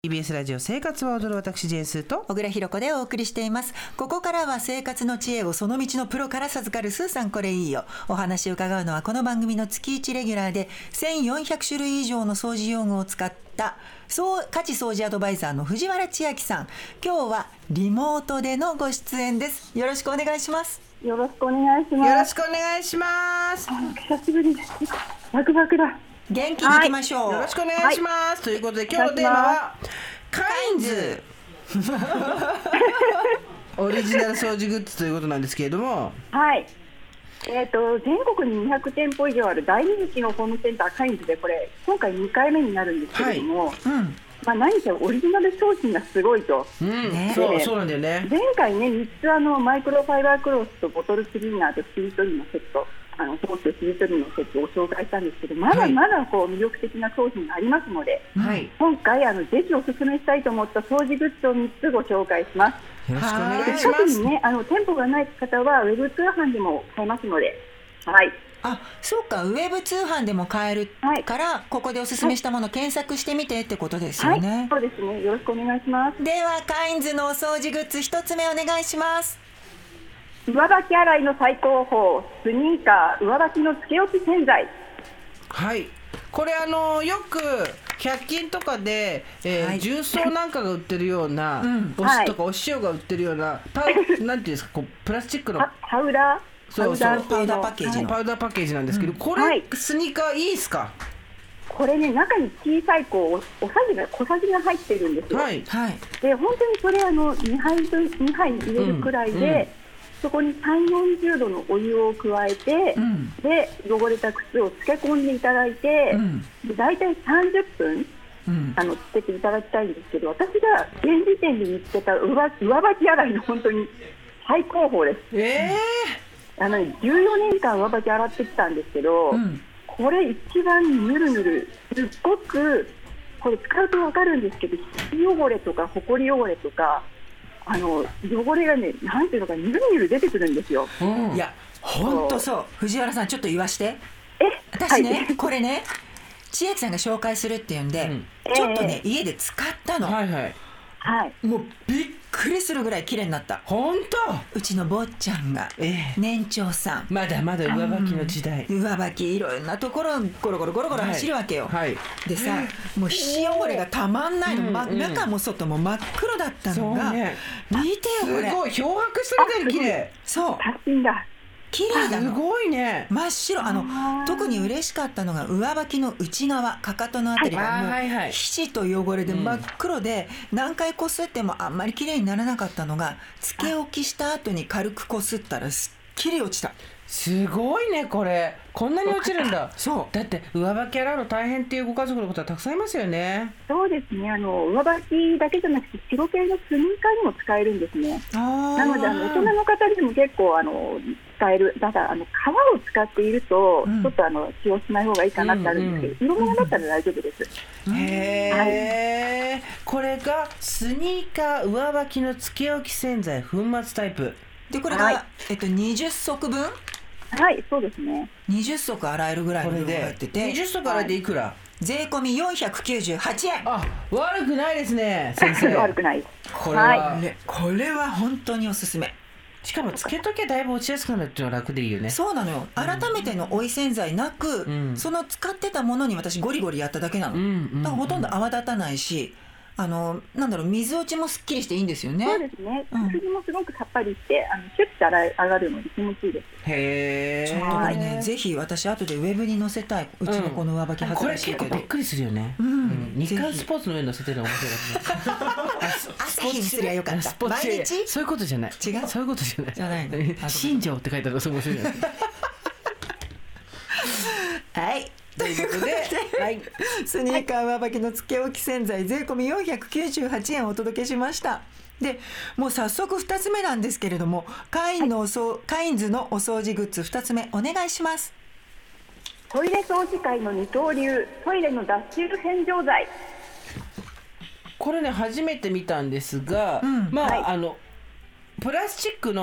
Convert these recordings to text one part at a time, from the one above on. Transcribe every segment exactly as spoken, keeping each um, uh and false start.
ティービーエス ラジオ生活は踊る私ジェーンスーと小倉弘子でお送りしています。ここからは生活の知恵をその道のプロから授かるスーさんこれいいよ。お話を伺うのはこの番組の月いちレギュラーでせんよんひゃくしゅるい以上の掃除用具を使ったそう家事掃除アドバイザーの藤原千秋さん。今日はリモートでのご出演です。よろしくお願いします。 よろしくお願いします。 よろしくお願いします。 久しぶりです。バクバクだ。 元気にいきましょう、 はい、よろしくお願いします、はい、ということで今日のテーマはカインズオリジナル掃除グッズということなんですけれども、 はい、えーと、全国ににひゃくてんぽ以上ある大人気のホームセンターカインズでこれ今回にかいめになるんですけれども、はい、うんまあ、何せオリジナル商品がすごいと、 うんね、そうそうなんだよね。 前回ねみっつあのマイクロファイバークロスとボトルクリーナーとしりとりのセットあのソースとしりとりのセットを紹介したんですけど、まだまだこう魅力的な商品がありますので、はい、今回あのぜひお勧めしたいと思った掃除グッズをみっつご紹介します。 よろしくお願いします。 特にねあの店舗がない方はウェブ通販でも買えますので、はい。 あ、そうか、ウェブ通販でも買えるから、はい、ここでおすすめしたものを検索してみてってことですよね、 はい、そうですね。よろしくお願いします。 ではカインズのお掃除グッズ一つ目お願いします。 上履き洗いの最高峰スニーカー上履きのつけ置き洗剤。 はい、これあのよくひゃく均とかで、えーはい、重曹なんかが売ってるような、うん、お酢とかお塩が売ってるような、はい、なんていうんですか、こうプラスチックのパウダーそうそうパウダーパッケージの、 はい、パウダーパッケージなんですけど、うん、これ、はい、スニーカーいいですか？ これね中に小さいこうおさじが小さじが入ってるんですよ、はいはい、で本当にそれあのにはいぶんにはい入れるくらいで、うんうん、そこにさんじゅう、よんじゅうどのお湯を加えて、うん、で汚れた靴を漬け込んでいただいて、うん、で大体さんじゅっぷん、うん、あのつけていただきたいんですけど、私が現時点で見つけた上履き洗いの本当に最高峰です。えーあのじゅうよねんかん上履き洗ってきたんですけど、うん、これ一番ぬるぬるすっごくこれ使うと分かるんですけど、皮脂汚れとかほこり汚れとかあの汚れがねなんていうのかぬるぬる出てくるんですよ、 うん、いやほんとそう。藤原さんちょっと言わして。 え私ね、 はい、 これね千秋さんが紹介するっていうんで、うん、ちょっとね、えー、家で使ったの、 はいはいはい、 もうびっくりするぐらい綺麗になった。 本当？ うちの坊ちゃんが、えー、年長さんまだまだ上履きの時代、 うん、上履きいろんなところゴロゴロゴロゴロ走るわけよ、はいはい、でさもう皮脂汚れがたまんないの、まうんうん、中も外も真っ黒だったのが、ね、見てよこれすごい漂白してるみたいに綺麗。 そう写真だ綺麗だの。 すごいね。 真っ白。あの特に嬉しかったのが上履きの内側かかとのあたりがもう皮脂と汚れで真っ黒で、うん、何回こすってもあんまり綺麗にならなかったのがつけ置きした後に軽くこすったらすっきり落ちた。 すごいね。これこんなに落ちるんだ。 そうだって上履き洗うの大変っていうご家族のことはたくさんいますよね。 そうですね。あの上履きだけじゃなくて白系のスニーカーにも使えるんですね。なのであの大人の方でも結構あの使える。ただあの革を使っていると、うん、ちょっとあの使用しない方がいいかなってあるんですけど、うんうん、色物だったら大丈夫です。 へー、はい、これがスニーカー上履きのつけ置き洗剤粉末タイプで、これが、はい、えっと、にじゅっそくぶん。 はい、そうですね。 にじゅっそく洗えるぐらいの量が入ってて、 にじゅっそく洗えていくら、はい、 税込みよんひゃくきゅうじゅうはちえん。 あ、悪くないですね先生悪くない。 これは、 はい、これは本当におすすめ。 しかもつけとけだいぶ落ちやすくなるっていうのは楽でいいよね。 そうなのよ。改めての追い洗剤なく、うん、その使ってたものに私ゴリゴリやっただけなの、うんうんうん、だからほとんど泡立たないし、あのなんだろう、水落ちもすっきりしていいんですよね。 そうですね。水もすごくさっぱりして、あのシュッと洗い上がるので気持ちいいです。 へー。 ちょっとこれね、ぜひ私後でウェブに載せたい。うちのこの上履き恥ずかしいけど、 これ結構びっくりするよね、うんうん、日刊スポーツの上に載せてるの面白かった朝日にすりゃよかった。毎日そういうことじゃない。違う、そういうことじゃない。 じゃないの。 新庄って書いてあるのそう面白いじゃないはいということで、はい、 スニーカー上履きのつけ置き洗剤税込みよんひゃくきゅうじゅうはちえんをお届けしました。でもう早速ふたつめなんですけれども、カインのおそ、はい、カインズのお掃除グッズふたつめお願いします。 トイレ掃除界の二刀流トイレの脱臭洗浄剤。 これね初めて見たんですが、うん、まあ、はい、あのプラスチックの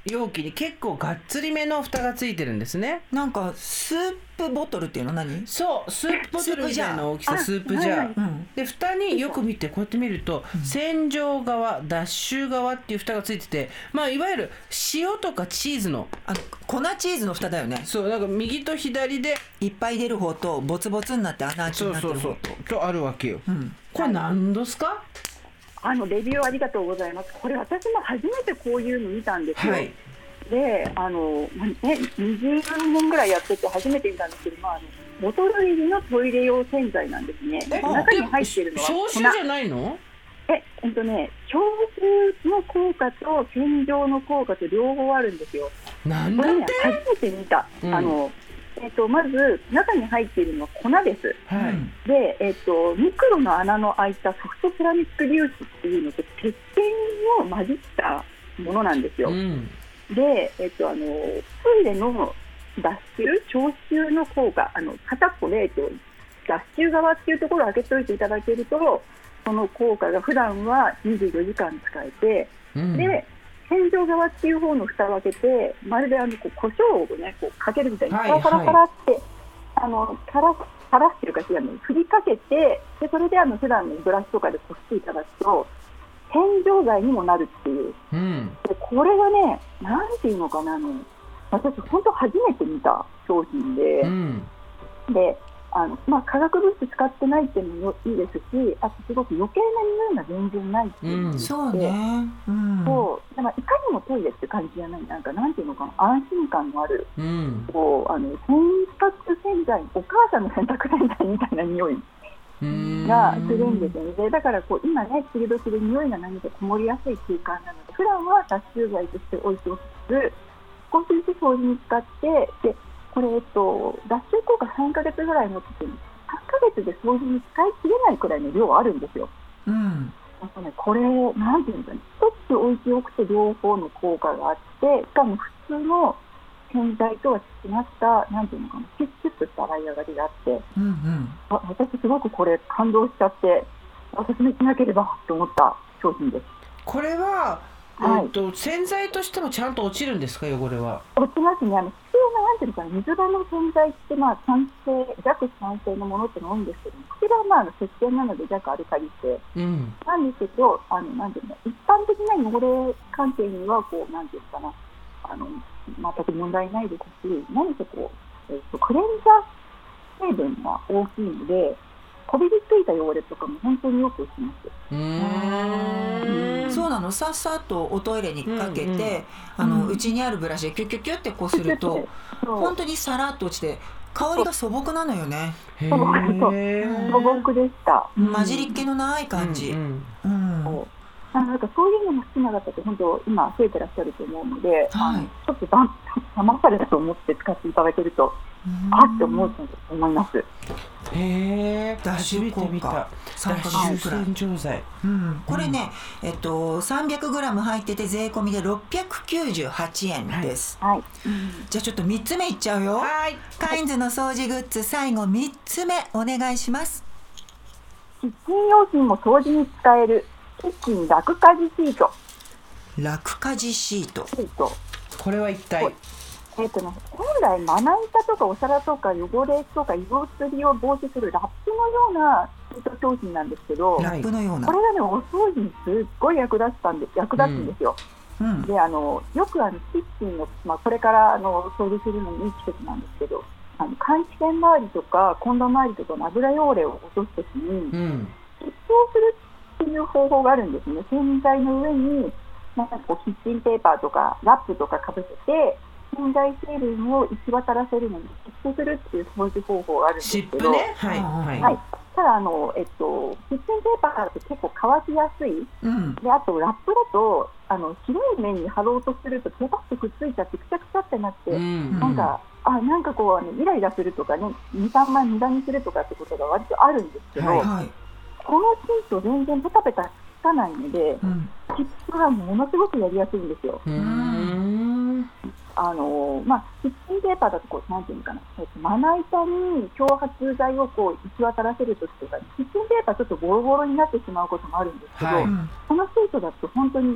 容器に結構がっつりめの蓋がついてるんですね。 なんかスープボトルっていうの何？ そうスープボトルみたいな大きさスープジャー、うん、で蓋によく見てこうやって見ると、うん、洗浄側脱臭側っていう蓋がついてて、まあいわゆる塩とかチーズのあ粉チーズの蓋だよね。 そうなんか右と左でいっぱい出る方とボツボツになって穴開きになってる方とそうそうそうとあるわけよ、うん、これ何度すか？ あのレビューありがとうございます。これ私も初めてこういうの見たんですよ、はい、であの、ね、にじゅうねんぐらいやってて初めて見たんですけど、まあ、あのボトル入りのトイレ用洗剤なんですね。中に入ってるのは消臭じゃないの？ え、えっとね、消臭の効果と洗浄の効果と両方あるんですよ。 なんだって？ これね、初めて見た、うん、あのえっと、まず中に入っているのは粉です、はい、で、えっと、ミクロの穴の開いたソフトセラミック粒子っていうのと鉄片を混じったものなんですよ、うん、で、えっと、あのトイレの脱臭消臭の効果あの片っぽで、えっと、脱臭側っていうところを開けておいていただけるとその効果が普段はにじゅうよじかん使えて、うん、で洗浄側っていう方の蓋を開けてまるであのこう胡椒を、ね、こうかけるみたいにパラパラパラって、はいはい、あの垂ら垂らしてるかしらの振りかけてでそれであの普段のブラシとかでこしていただくと洗浄剤にもなるっていう、うん、でこれがねなんていうのかなあの私本当初めて見た商品で、うん、であのまあ、化学物質使ってないっていうのもいいですしあとすごく余計な匂いが全然ないっていうので、うん、 そうね、うん、 そうだからいかにもトイレって感じじゃないなんかなんていうのかな安心感のある、うん、こうあの洗濯洗剤お母さんの洗濯洗剤みたいな匂いがするんですよね。でだからこう今ね梅雨時で匂いが何かこもりやすい空間なので普段は脱臭剤として置いておきつつ少しずつ掃除に使ってでこれ、えっと、脱臭効果さんかげつぐらいの時にさんかげつで掃除に使い切れないくらいの量あるんですよ、うん、なんかね、これなんていうんですかね一つ置いておくと両方の効果があってしかも普通の洗剤とは違ったなんていうのかなキュッキュッとした洗い上がりがあって、うんうん、あ私すごくこれ感動しちゃっておすすめしなければと思った商品です。 これははい、えー、と洗剤としてもちゃんと落ちるんですか汚れは？ 落ちますね。あの必要ななんていうか水場の洗剤ってまあ酸性弱酸性のものっての多いんですけどもこちらはまあ石鹸なので弱アルカリ性、うん、なんですけどあのなんていうの一般的な汚れ関係にはこうなんていうかなあの全く問題ないですし何せこう、えー、とクレンザー成分が大きいのでこびりついた汚れとかも本当によく落ちます。うーんそうなのさっさとおトイレにかけて、うんうん、あのうちにあるブラシでキュッキュッキュッってこうすると本当にさらっと落ちて香りが素朴なのよね。 素朴でした。 混じりっ気のない感じ、うんうんうんなんかそういうのも好きな方って本当今増えてらっしゃると思うので、はい、ちょっとだ騙されたと思って使っていただけるとあって思うと思います。 へー、脱臭効果脱臭洗浄剤、 うん、これね、えっと、さんびゃくグラム 入ってて税込みでろっぴゃくきゅうじゅうはちえんです、はいはい、じゃあちょっとみっつめいっちゃうよ。はい、カインズの掃除グッズ最後みっつめお願いします。 キッチン用品も掃除に使えるキッチン楽家事シート。 楽家事シート、シートこれは一体えーとね、本来まな板とかお皿とか汚れとか色移りを防止するラップのようなシート商品なんですけどラップのようなこれがねお掃除にすっごい役立ったんで役立つんですよ、うん、であのよくあのキッチンの、まあ、これからあの掃除するのにいい季節なんですけどあの換気扇周りとかコンロ周りとかの油汚れを落とすときに、うん、湿布をするっていう方法があるんですね。洗剤の上になんかこうキッチンペーパーとかラップとかかぶせて洗剤成分を行き渡らせるのに湿布するっていう掃除方法があるんですけど湿布ね、はいはいはい、ただあの、えっと、キッチンペーパーって結構乾きやすい、うん、であとラップだとあの白い面に貼ろうとするとペタッとくっついちゃってくちゃくちゃってなって、うん、なんかあなんかこうあのイライラするとかね にさんまい無駄にするとかってことが割とあるんですけど、はいはい、このシート全然ペタペタつかないので、うん、湿布がものすごくやりやすいんですよ。うーんあのまあ、キッチンペーパーだとこうなんていうのかな、まな板に漂発剤をこう行き渡らせるときとか、キッチンペーパーちょっとボロボロになってしまうこともあるんですけど、はい、このシートだと本当に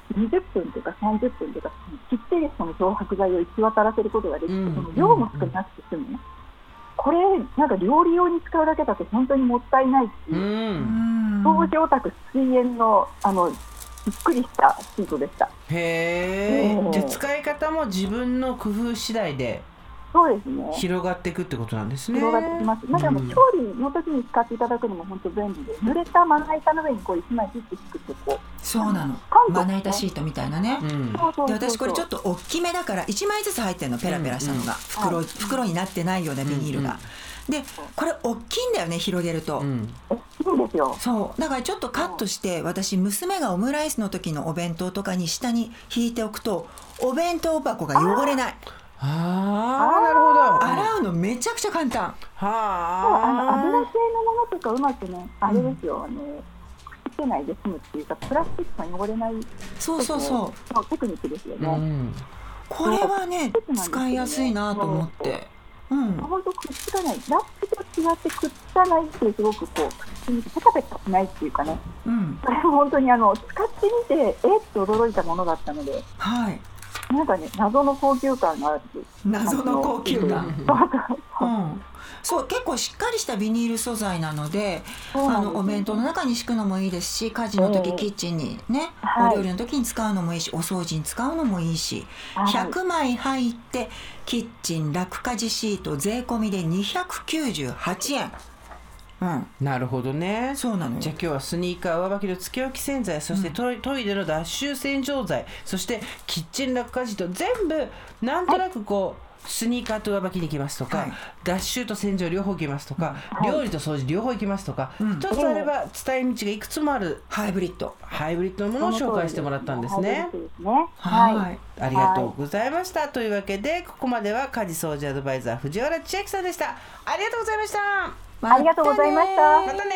にじゅっぷんとかさんじゅっぷんとかきっちりその漂白剤を行き渡らせることができて、うん、その量も少なくて済む、うん、これなんか料理用に使うだけだと本当にもったいないっていう、うん、掃除オタク水煙のあのびっくりしたシートでした。 へー、じゃあ使い方も自分の工夫次第でそうですね、 広がっていくってことなんですね。 広がってきます。まあ、でも調理の時に使っていただくのも本当便利で、濡れたまな板の上にこういちまいピッて敷くとこう、 そうなの、まな板シートみたいなね、うん、で私これちょっと大きめだからいちまいずつ入ってるの、ペラペラしたのが、うん、袋、はい、袋になってないようなビニールが、うんうん、でこれ大きいんだよね、広げると、うん、 大きいんですよ。 そうだからちょっとカットして、私娘がオムライスの時のお弁当とかに下に引いておくとお弁当箱が汚れない。 ああ、なるほど。 洗うのめちゃくちゃ簡単。 はあ。あの油系のものとかうまくね、あれですよ、うん、あのくっつけないで済むっていうか、プラスチックが汚れない、 そうそうそう、 テクニックですよね。うん、 これはね、使いやすいなと思って。うん。 本当くっつかない。ラップと違ってくっつかないってすごくこうペタペタしないっていうかね。うん。それも本当にあの使ってみてえっと驚いたものだったので。はい。なんかね、謎の高級感がある。 謎の高級感。うん、そう結構しっかりしたビニール素材なので、あのお弁当の中に敷くのもいいですし、家事の時、えー、キッチンにね、はい、お料理の時に使うのもいいし、お掃除に使うのもいいし、はい、ひゃくまい入ってキッチン楽家事シート税込みでにひゃくきゅうじゅうはちえん。 うん、なるほどね。 そうなの。 じゃあ今日はスニーカー、上履きのつけ置き洗剤、そしてトイ、うん、トイレの脱臭洗浄剤、そしてキッチン楽家事と全部なんとなくこう、はい、スニーカーと上履きに行きますとか、はい、脱臭と洗浄両方行きますとか、はい、料理と掃除両方行きますとか、はい、一つあれば伝え道がいくつもあるハイブリッドハイブリッドのものを紹介してもらったんですね。 はい、 はい、ありがとうございました、はい、というわけでここまでは家事掃除アドバイザー藤原千秋さんでした。ありがとうございました。 ありがとうございました。 またね。